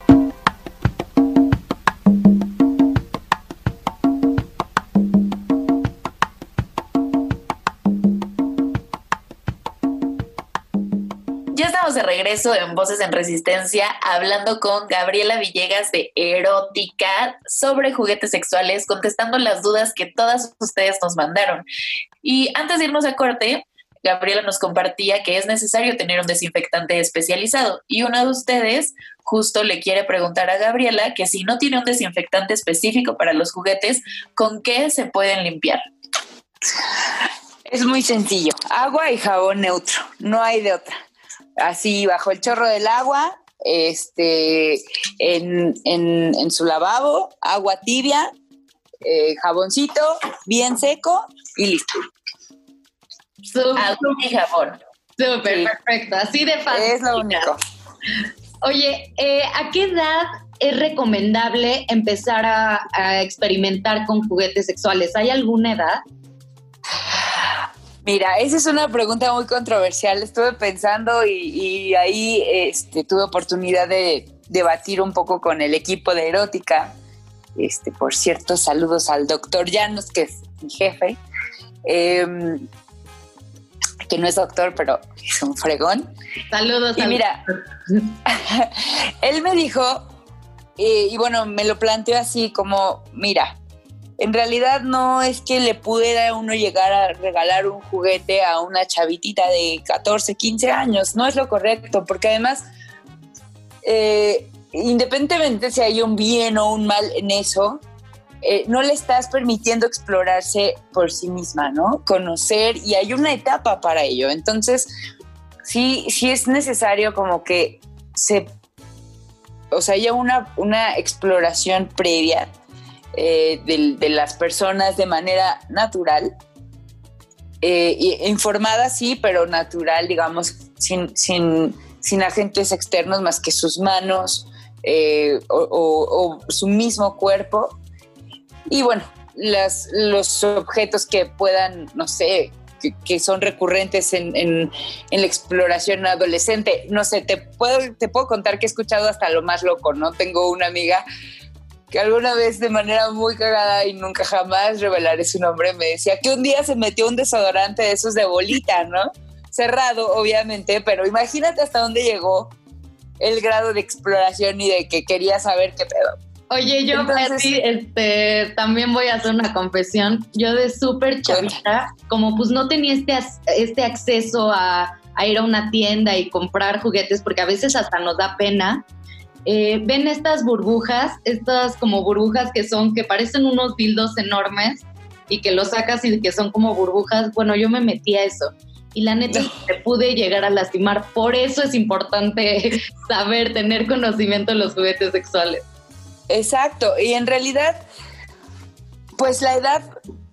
Ya estamos de regreso en Voces en Resistencia hablando con Gabriela Villegas de Erótica sobre juguetes sexuales, contestando las dudas que todas ustedes nos mandaron. Y antes de irnos a corte, Gabriela nos compartía que es necesario tener un desinfectante especializado y uno de ustedes justo le quiere preguntar a Gabriela que si no tiene un desinfectante específico para los juguetes, ¿con qué se pueden limpiar? Es muy sencillo, agua y jabón neutro, no hay de otra. Así bajo el chorro del agua, en su lavabo, agua tibia, jaboncito bien seco y listo. Agua y jabón. Súper, Sí. perfecto. Así de fácil. Es lo único. Oye, ¿a qué edad es recomendable empezar a experimentar con juguetes sexuales? ¿Hay alguna edad? Mira, esa es una pregunta muy controversial. Estuve pensando y ahí tuve oportunidad de debatir un poco con el equipo de Erótica. Por cierto, saludos al doctor Llanos, que es mi jefe, que no es doctor, pero es un fregón. Saludos. Y mira, él me dijo, y bueno, me lo planteó así como, mira, en realidad no es que le pudiera uno llegar a regalar un juguete a una chavitita de 14, 15 años. No es lo correcto, porque además, independientemente si hay un bien o un mal en eso, no le estás permitiendo explorarse por sí misma, ¿no? Conocer, y hay una etapa para ello. Entonces, sí es necesario como que haya una exploración previa de las personas de manera natural, informada sí, pero natural, digamos, sin agentes externos más que sus manos o su mismo cuerpo. Y bueno, los objetos que puedan, no sé, que son recurrentes en la exploración adolescente. No sé, te puedo contar que he escuchado hasta lo más loco, ¿no? Tengo una amiga que alguna vez de manera muy cagada y nunca jamás revelaré su nombre, me decía que un día se metió un desodorante de esos de bolita, ¿no? Cerrado, obviamente, pero imagínate hasta dónde llegó el grado de exploración y de que quería saber qué pedo. Oye, yo también voy a hacer una confesión. Yo de súper chavita, como pues no tenía este acceso a ir a una tienda y comprar juguetes, porque a veces hasta nos da pena. Ven estas burbujas, estas como burbujas que parecen unos dildos enormes y que los sacas y que son como burbujas. Bueno, yo me metí a eso y la neta te pude llegar a lastimar. Por eso es importante tener conocimiento de los juguetes sexuales. Exacto, y en realidad, pues la edad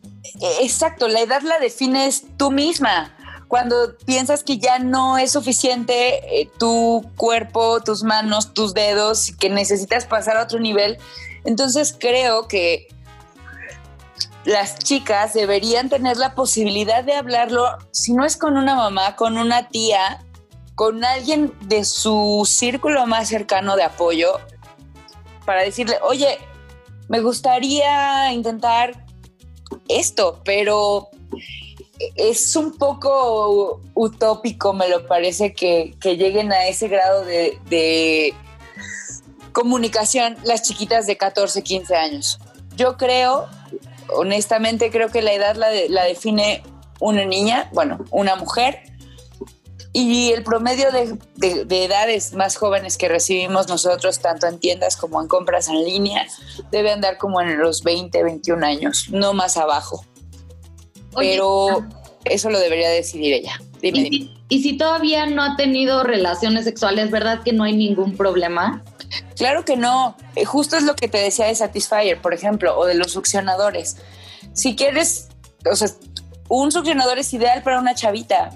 la defines tú misma. Cuando piensas que ya no es suficiente tu cuerpo, tus manos, tus dedos, que necesitas pasar a otro nivel, entonces creo que las chicas deberían tener la posibilidad de hablarlo, si no es con una mamá, con una tía, con alguien de su círculo más cercano de apoyo, para decirle, oye, me gustaría intentar esto, pero es un poco utópico, me lo parece, que lleguen a ese grado de comunicación las chiquitas de 14, 15 años. Yo creo, honestamente, creo que la edad la define una niña, bueno, una mujer, y el promedio de edades más jóvenes que recibimos nosotros, tanto en tiendas como en compras en línea, debe andar como en los 20, 21 años, no más abajo. Oye, pero eso lo debería decidir ella. Dime. ¿Y si todavía no ha tenido relaciones sexuales, verdad que no hay ningún problema? Claro que no. Justo es lo que te decía de Satisfyer, por ejemplo, o de los succionadores. Si quieres, o sea, un succionador es ideal para una chavita.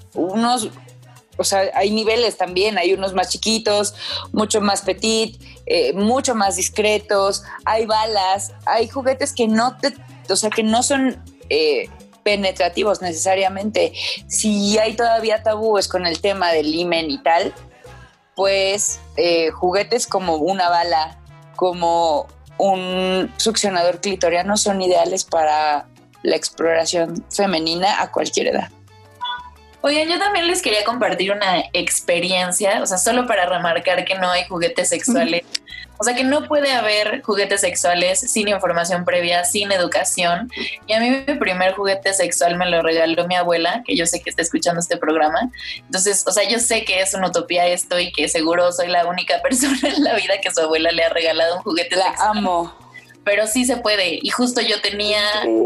O sea, hay niveles también, hay unos más chiquitos, mucho más petit, mucho más discretos, hay balas, hay juguetes que no son penetrativos necesariamente. Si hay todavía tabúes con el tema del himen y tal, pues juguetes como una bala, como un succionador clitoriano son ideales para la exploración femenina a cualquier edad. Oigan, yo también les quería compartir una experiencia, o sea, solo para remarcar que no hay juguetes sexuales. O sea, que no puede haber juguetes sexuales sin información previa, sin educación. Y a mí mi primer juguete sexual me lo regaló mi abuela, que yo sé que está escuchando este programa. Entonces, o sea, yo sé que es una utopía esto y que seguro soy la única persona en la vida que su abuela le ha regalado un juguete sexual. La amo. Pero sí se puede. Y justo yo tenía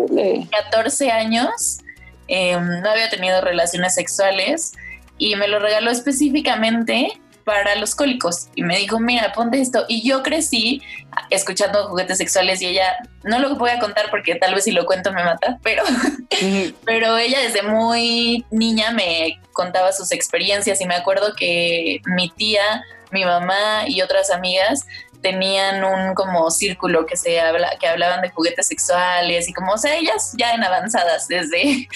14 años, no había tenido relaciones sexuales y me lo regaló específicamente para los cólicos y me dijo, mira, ponte esto. Y yo crecí escuchando juguetes sexuales y ella, no lo voy a contar porque tal vez si lo cuento me mata, pero ella desde muy niña me contaba sus experiencias y me acuerdo que mi tía, mi mamá y otras amigas tenían un como círculo que hablaban de juguetes sexuales y como, o sea, ellas ya en avanzadas desde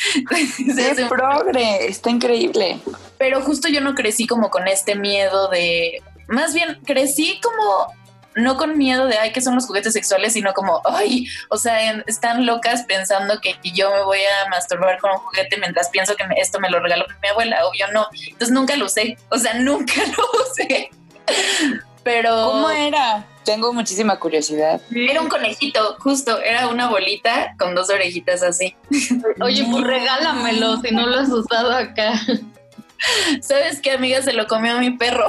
progre, está increíble. Pero justo yo no crecí como con este miedo de, más bien crecí como no con miedo de, ay, ¿qué son los juguetes sexuales? Sino como, ay, o sea, están locas pensando que yo me voy a masturbar con un juguete mientras pienso que esto me lo regaló mi abuela, obvio no. Entonces nunca lo usé, o sea, nunca lo usé. Pero ¿cómo era? Tengo muchísima curiosidad. Era un conejito, justo, era una bolita con 2 orejitas así. Oye, pues regálamelo si no lo has usado acá. ¿Sabes qué, amiga? Se lo comió mi perro.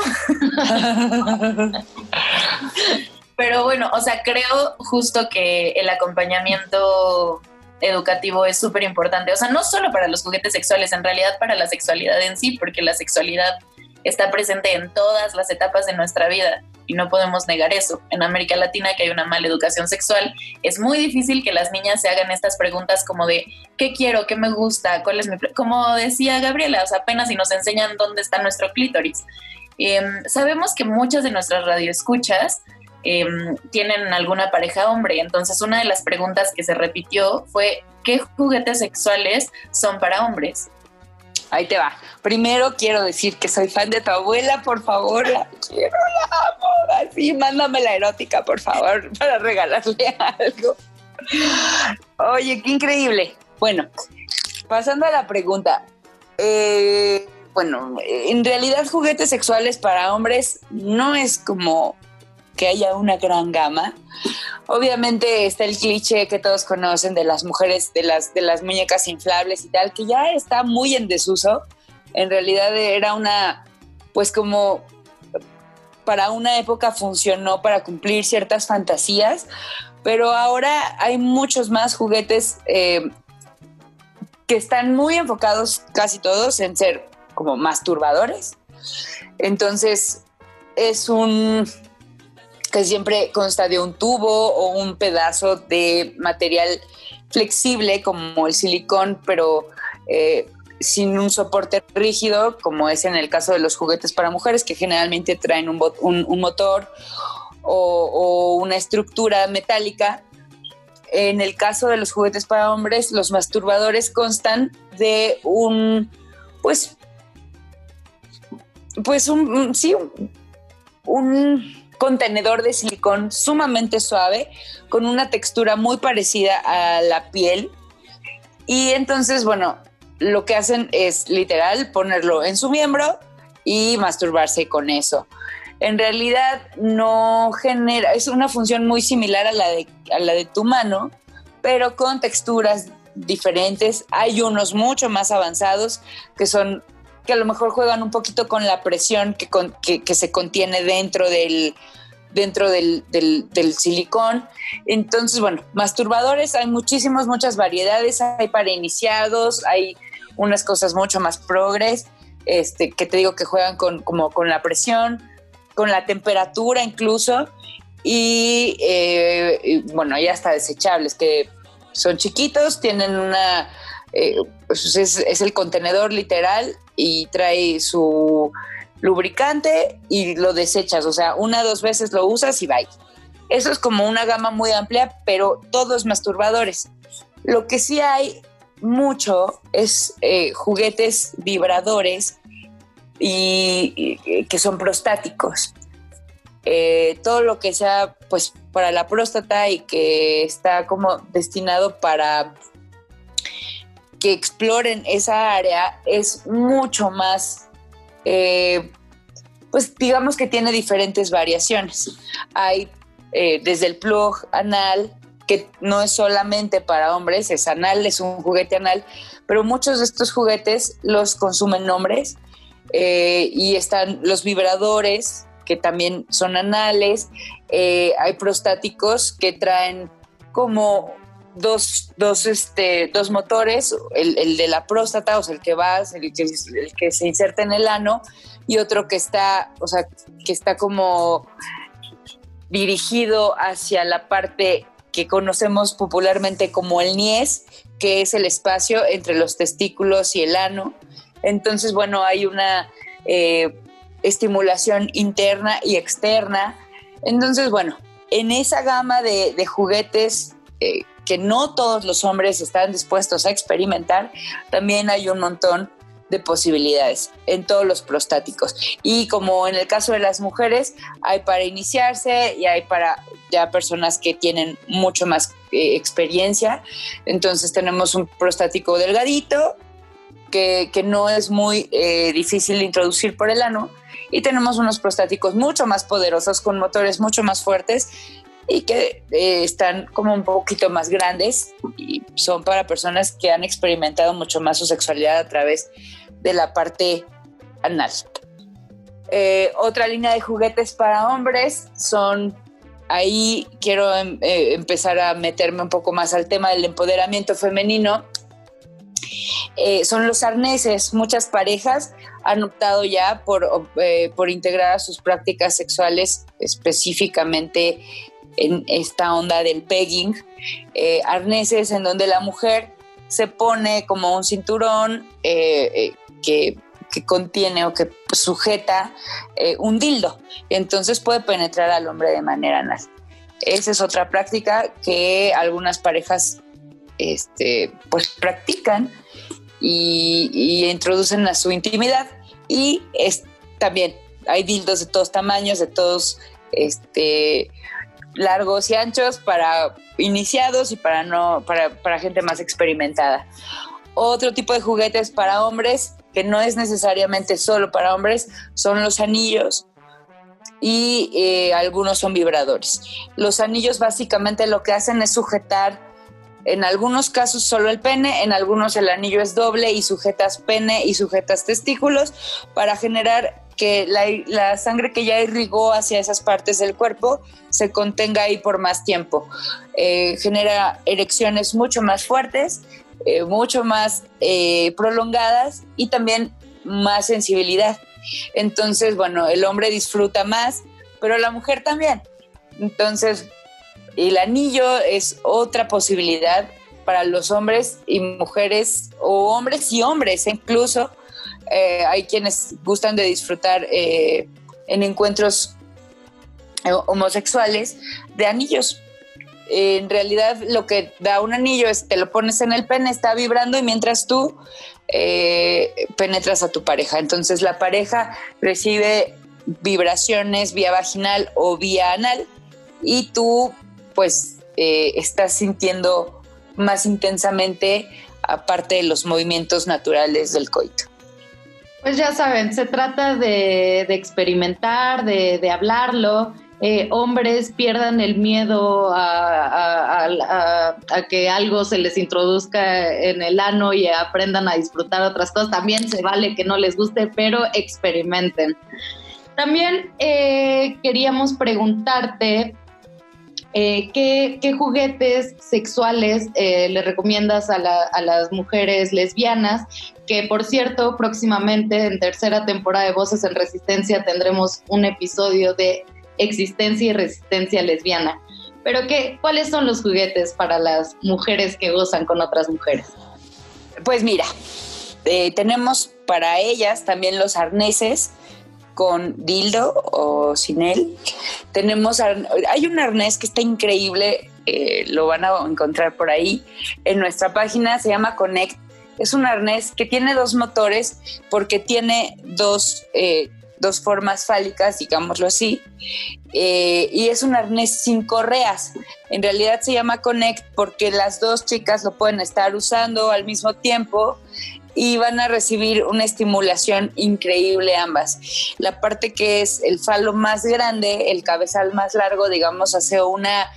Pero bueno, o sea, creo justo que el acompañamiento educativo es súper importante. O sea, no solo para los juguetes sexuales, en realidad para la sexualidad en sí, porque la sexualidad está presente en todas las etapas de nuestra vida y no podemos negar eso. En América Latina, que hay una mala educación sexual, es muy difícil que las niñas se hagan estas preguntas como de ¿qué quiero? ¿Qué me gusta? ¿Cuál es mi como decía Gabriela, o sea, apenas si nos enseñan dónde está nuestro clítoris. Sabemos que muchas de nuestras radioescuchas tienen alguna pareja hombre, entonces una de las preguntas que se repitió fue ¿qué juguetes sexuales son para hombres? Ahí te va. Primero quiero decir que soy fan de tu abuela, por favor, la quiero, la amo. Así, mándame la erótica, por favor, para regalarle algo. Oye, qué increíble. Bueno, pasando a la pregunta. Bueno, en realidad juguetes sexuales para hombres no es como que haya una gran gama. Obviamente está el cliché que todos conocen de las mujeres, de las muñecas inflables y tal, que ya está muy en desuso. En realidad era una, pues como para una época funcionó para cumplir ciertas fantasías, pero ahora hay muchos más juguetes que están muy enfocados, casi todos, en ser como masturbadores. Entonces es un que siempre consta de un tubo o un pedazo de material flexible como el silicón, pero sin un soporte rígido, como es en el caso de los juguetes para mujeres, que generalmente traen un motor o una estructura metálica. En el caso de los juguetes para hombres, los masturbadores constan de un contenedor de silicón sumamente suave, con una textura muy parecida a la piel. Y entonces, bueno, lo que hacen es literal ponerlo en su miembro y masturbarse con eso. En realidad no genera, es una función muy similar a la de tu mano, pero con texturas diferentes. Hay unos mucho más avanzados que a lo mejor juegan un poquito con la presión que se contiene dentro del silicón. Entonces, bueno, masturbadores hay muchas variedades. Hay para iniciados, hay unas cosas mucho más progres, que te digo que juegan con la presión, con la temperatura incluso, y bueno, hay hasta desechables que son chiquitos, tienen pues es el contenedor literal y trae su lubricante y lo desechas, o sea, 1 o 2 veces lo usas y bye. Eso es como una gama muy amplia, pero todos masturbadores. Lo que sí hay mucho es juguetes vibradores y que son prostáticos. Todo lo que sea pues para la próstata y que está como destinado para que exploren esa área es mucho más, pues digamos que tiene diferentes variaciones. Hay desde el plug anal, que no es solamente para hombres, es anal, es un juguete anal, pero muchos de estos juguetes los consumen hombres, y están los vibradores, que también son anales. Hay prostáticos que traen como dos motores, el de la próstata, o sea, el que se inserta en el ano, y otro que está como dirigido hacia la parte que conocemos popularmente como el niés, que es el espacio entre los testículos y el ano. Entonces, bueno, hay una estimulación interna y externa. Entonces, bueno, en esa gama de juguetes que no todos los hombres están dispuestos a experimentar, también hay un montón de posibilidades en todos los prostáticos. Y como en el caso de las mujeres, hay para iniciarse y hay para ya personas que tienen mucho más experiencia. Entonces tenemos un prostático delgadito que no es muy difícil de introducir por el ano, y tenemos unos prostáticos mucho más poderosos con motores mucho más fuertes y que están como un poquito más grandes y son para personas que han experimentado mucho más su sexualidad a través de la parte anal. Otra línea de juguetes para hombres son, ahí quiero empezar a meterme un poco más al tema del empoderamiento femenino, son los arneses. Muchas parejas han optado ya por integrar a sus prácticas sexuales específicamente en esta onda del pegging, arneses en donde la mujer se pone como un cinturón que contiene o que sujeta un dildo, entonces puede penetrar al hombre de manera anal. Esa es otra práctica que algunas parejas pues practican y introducen a su intimidad. Y también hay dildos de todos tamaños, de todos largos y anchos, para iniciados y para gente más experimentada. Otro tipo de juguetes para hombres, que no es necesariamente solo para hombres, son los anillos, y algunos son vibradores. Los anillos básicamente lo que hacen es sujetar, en algunos casos solo el pene, en algunos el anillo es doble y sujetas pene y sujetas testículos para generar que la sangre que ya irrigó hacia esas partes del cuerpo se contenga ahí por más tiempo. Genera erecciones mucho más fuertes, mucho más prolongadas, y también más sensibilidad. Entonces, bueno, el hombre disfruta más, pero la mujer también. Entonces, el anillo es otra posibilidad para los hombres y mujeres, o hombres y hombres incluso. Hay quienes gustan de disfrutar en encuentros homosexuales de anillos. En realidad lo que da un anillo es te lo pones en el pene, está vibrando, y mientras tú penetras a tu pareja. Entonces la pareja recibe vibraciones vía vaginal o vía anal y tú pues estás sintiendo más intensamente aparte de los movimientos naturales del coito. Pues ya saben, se trata de experimentar, de hablarlo. Hombres pierdan el miedo a que algo se les introduzca en el ano y aprendan a disfrutar otras cosas. También se vale que no les guste, pero experimenten. También queríamos preguntarte ¿qué juguetes sexuales le recomiendas a las mujeres lesbianas? Que por cierto, próximamente en tercera temporada de Voces en Resistencia tendremos un episodio de existencia y resistencia lesbiana. Pero ¿cuáles son los juguetes para las mujeres que gozan con otras mujeres? Pues mira, tenemos para ellas también los arneses con dildo o sin él. Hay un arnés que está increíble, lo van a encontrar por ahí en nuestra página, se llama Connect. Es un arnés que tiene 2 motores porque tiene dos formas fálicas, digámoslo así, y es un arnés sin correas. En realidad se llama Connect porque las 2 chicas lo pueden estar usando al mismo tiempo y van a recibir una estimulación increíble ambas. La parte que es el falo más grande, el cabezal más largo, digamos, hace una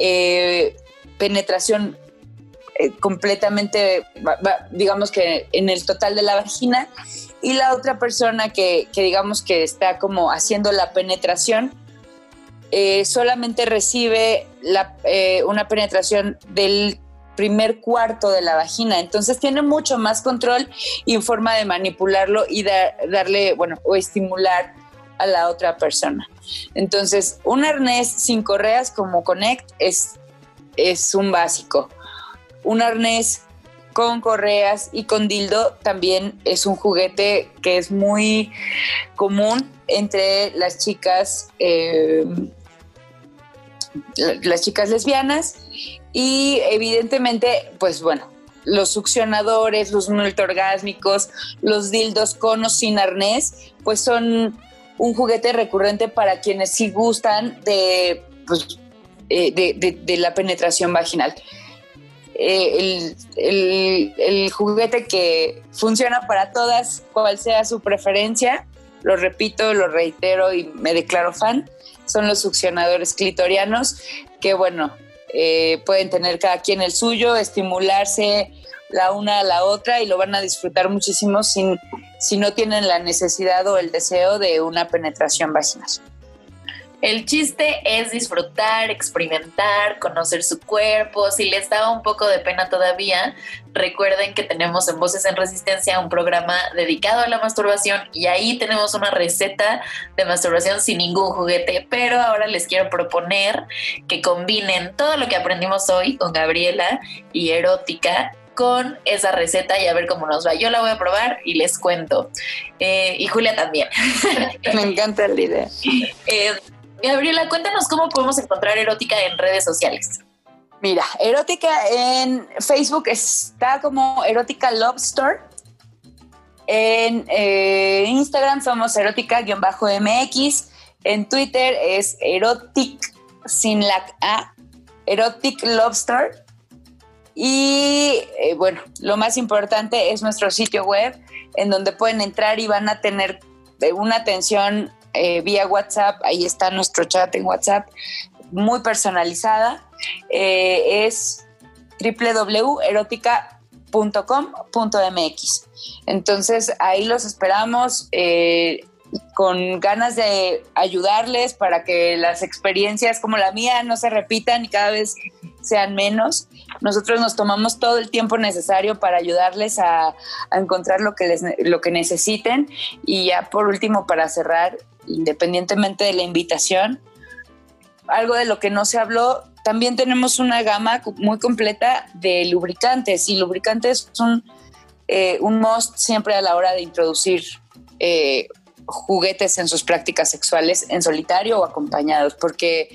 penetración completamente, digamos que en el total de la vagina, y la otra persona que digamos que está como haciendo la penetración solamente recibe una penetración del primer cuarto de la vagina, entonces tiene mucho más control y forma de manipularlo y darle, o estimular a la otra persona. Entonces, un arnés sin correas como Connect es un básico. Un arnés con correas y con dildo también es un juguete que es muy común entre las chicas lesbianas. Y evidentemente, pues bueno, los succionadores, los multiorgásmicos, los dildos con o sin arnés, pues son un juguete recurrente para quienes sí gustan de la penetración vaginal. El juguete que funciona para todas, cual sea su preferencia, lo repito, lo reitero y me declaro fan, son los succionadores clitorianos, que bueno, pueden tener cada quien el suyo, estimularse la una a la otra y lo van a disfrutar muchísimo si no tienen la necesidad o el deseo de una penetración vaginal. El chiste es disfrutar, experimentar, conocer su cuerpo. Si les da un poco de pena todavía, recuerden que tenemos en Voces en Resistencia un programa dedicado a la masturbación y ahí tenemos una receta de masturbación sin ningún juguete. Pero ahora les quiero proponer que combinen todo lo que aprendimos hoy con Gabriela y Erótica con esa receta y a ver cómo nos va. Yo la voy a probar y les cuento. Y Julia también. Me encanta la idea. Gabriela, cuéntanos cómo podemos encontrar Erótica en redes sociales. Mira, Erótica en Facebook está como Erótica Love Store. En Instagram somos erótica-mx. En Twitter es Erotic sin la A, Erotic Love Store. Y bueno, lo más importante es nuestro sitio web en donde pueden entrar y van a tener una atención vía WhatsApp. Ahí está nuestro chat en WhatsApp, muy personalizada. Es www.erotica.com.mx. Entonces ahí los esperamos con ganas de ayudarles para que las experiencias como la mía no se repitan y cada vez sean menos. Nosotros nos tomamos todo el tiempo necesario para ayudarles a encontrar lo que necesiten. Y ya por último, para cerrar, independientemente de la invitación, algo de lo que no se habló, también tenemos una gama muy completa de lubricantes, y lubricantes son un must siempre a la hora de introducir juguetes en sus prácticas sexuales en solitario o acompañados, porque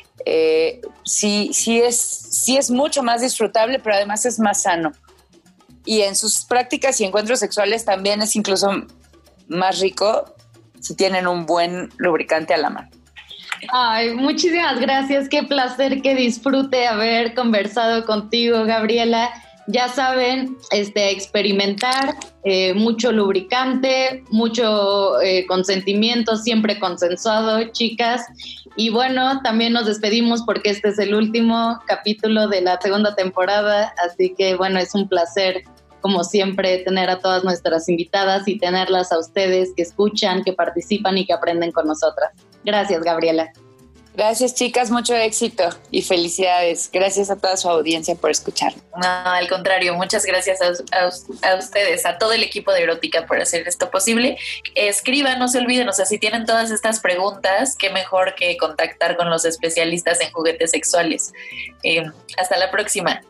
sí es mucho más disfrutable, pero además es más sano. Y en sus prácticas y encuentros sexuales también es incluso más rico si tienen un buen lubricante a la mano. Ay, muchísimas gracias, qué placer, qué disfrute haber conversado contigo, Gabriela. Ya saben, experimentar, mucho lubricante, mucho consentimiento, siempre consensuado, chicas. Y bueno, también nos despedimos porque este es el último capítulo de la segunda temporada, así que bueno, es un placer, como siempre, tener a todas nuestras invitadas y tenerlas a ustedes que escuchan, que participan y que aprenden con nosotras. Gracias, Gabriela. Gracias, chicas, mucho éxito y felicidades. Gracias a toda su audiencia por escuchar. No, al contrario, muchas gracias a ustedes, a todo el equipo de Erótica por hacer esto posible. Escriban, no se olviden, o sea, si tienen todas estas preguntas, qué mejor que contactar con los especialistas en juguetes sexuales. Hasta la próxima.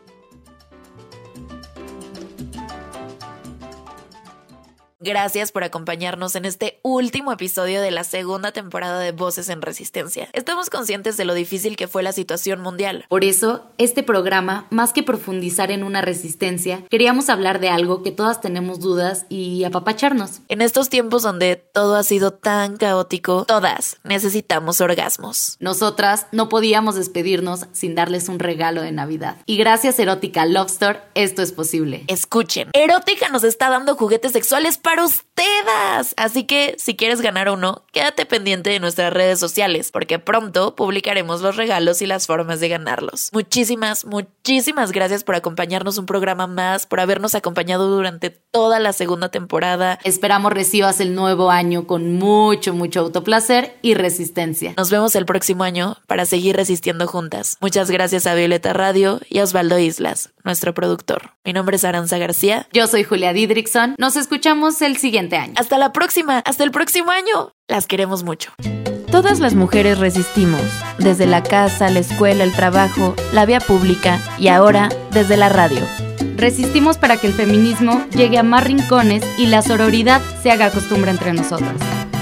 Gracias por acompañarnos en este último episodio de la segunda temporada de Voces en Resistencia. Estamos conscientes de lo difícil que fue la situación mundial. Por eso, este programa, más que profundizar en una resistencia, queríamos hablar de algo que todas tenemos dudas y apapacharnos. En estos tiempos donde todo ha sido tan caótico, todas necesitamos orgasmos. Nosotras no podíamos despedirnos sin darles un regalo de Navidad. Y gracias Erótica Love Store, esto es posible. Escuchen, Erótica nos está dando juguetes sexuales para ustedes. Así que si quieres ganar uno, quédate pendiente de nuestras redes sociales, porque pronto publicaremos los regalos y las formas de ganarlos. Muchísimas gracias por acompañarnos un programa más, por habernos acompañado durante toda la segunda temporada. Esperamos recibas el nuevo año con mucho autoplacer y resistencia. Nos vemos el próximo año para seguir resistiendo juntas. Muchas gracias a Violeta Radio y a Osvaldo Islas, nuestro productor. Mi nombre es Aranza García. Yo soy Julia Didrickson. Nos escuchamos el siguiente año. Hasta la próxima, hasta el próximo año. Las queremos mucho. Todas las mujeres resistimos, desde la casa, la escuela, el trabajo, la vía pública y ahora desde la radio. Resistimos para que el feminismo llegue a más rincones y la sororidad se haga costumbre entre nosotras.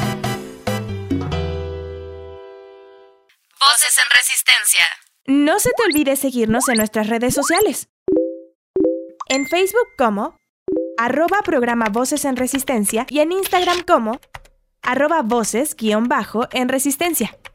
Voces en Resistencia. No se te olvide seguirnos en nuestras redes sociales. En Facebook como @programa Voces en Resistencia y en Instagram como @voces_en Resistencia.